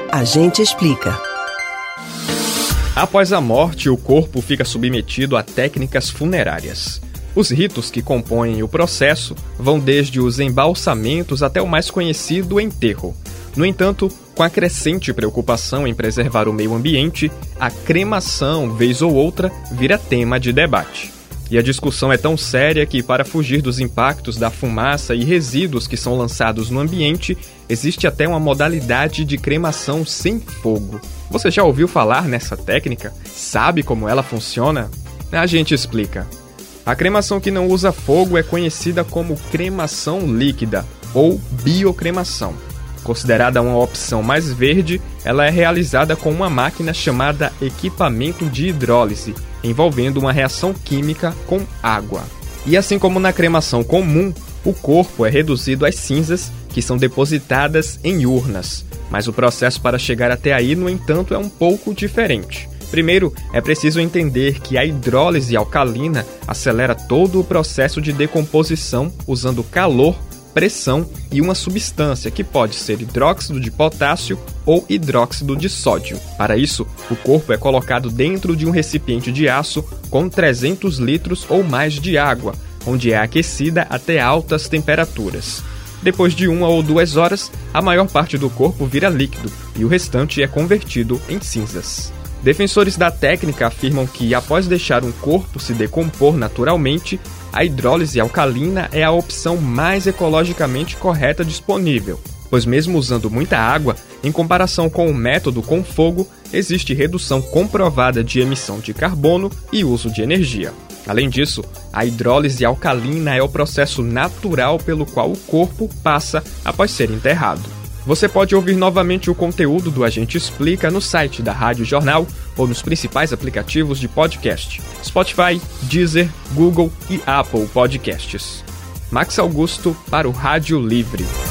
A gente explica. Após a morte, o corpo fica submetido a técnicas funerárias. Os ritos que compõem o processo vão desde os embalsamentos até o mais conhecido enterro. No entanto, com a crescente preocupação em preservar o meio ambiente, a cremação, vez ou outra, vira tema de debate. E a discussão é tão séria que, para fugir dos impactos da fumaça e resíduos que são lançados no ambiente, existe até uma modalidade de cremação sem fogo. Você já ouviu falar nessa técnica? Sabe como ela funciona? A gente explica. A cremação que não usa fogo é conhecida como cremação líquida ou biocremação. Considerada uma opção mais verde, ela é realizada com uma máquina chamada equipamento de hidrólise, envolvendo uma reação química com água. E assim como na cremação comum, o corpo é reduzido às cinzas, que são depositadas em urnas. Mas o processo para chegar até aí, no entanto, é um pouco diferente. Primeiro, é preciso entender que a hidrólise alcalina acelera todo o processo de decomposição usando calor, pressão e uma substância que pode ser hidróxido de potássio ou hidróxido de sódio. Para isso, o corpo é colocado dentro de um recipiente de aço com 300 litros ou mais de água, onde é aquecida até altas temperaturas. Depois de 1 ou 2 horas, a maior parte do corpo vira líquido e o restante é convertido em cinzas. Defensores da técnica afirmam que, após deixar um corpo se decompor naturalmente, a hidrólise alcalina é a opção mais ecologicamente correta disponível, pois mesmo usando muita água, em comparação com o método com fogo, existe redução comprovada de emissão de carbono e uso de energia. Além disso, a hidrólise alcalina é o processo natural pelo qual o corpo passa após ser enterrado. Você pode ouvir novamente o conteúdo do A Gente Explica no site da Rádio Jornal ou nos principais aplicativos de podcast: Spotify, Deezer, Google e Apple Podcasts. Max Augusto para o Rádio Livre.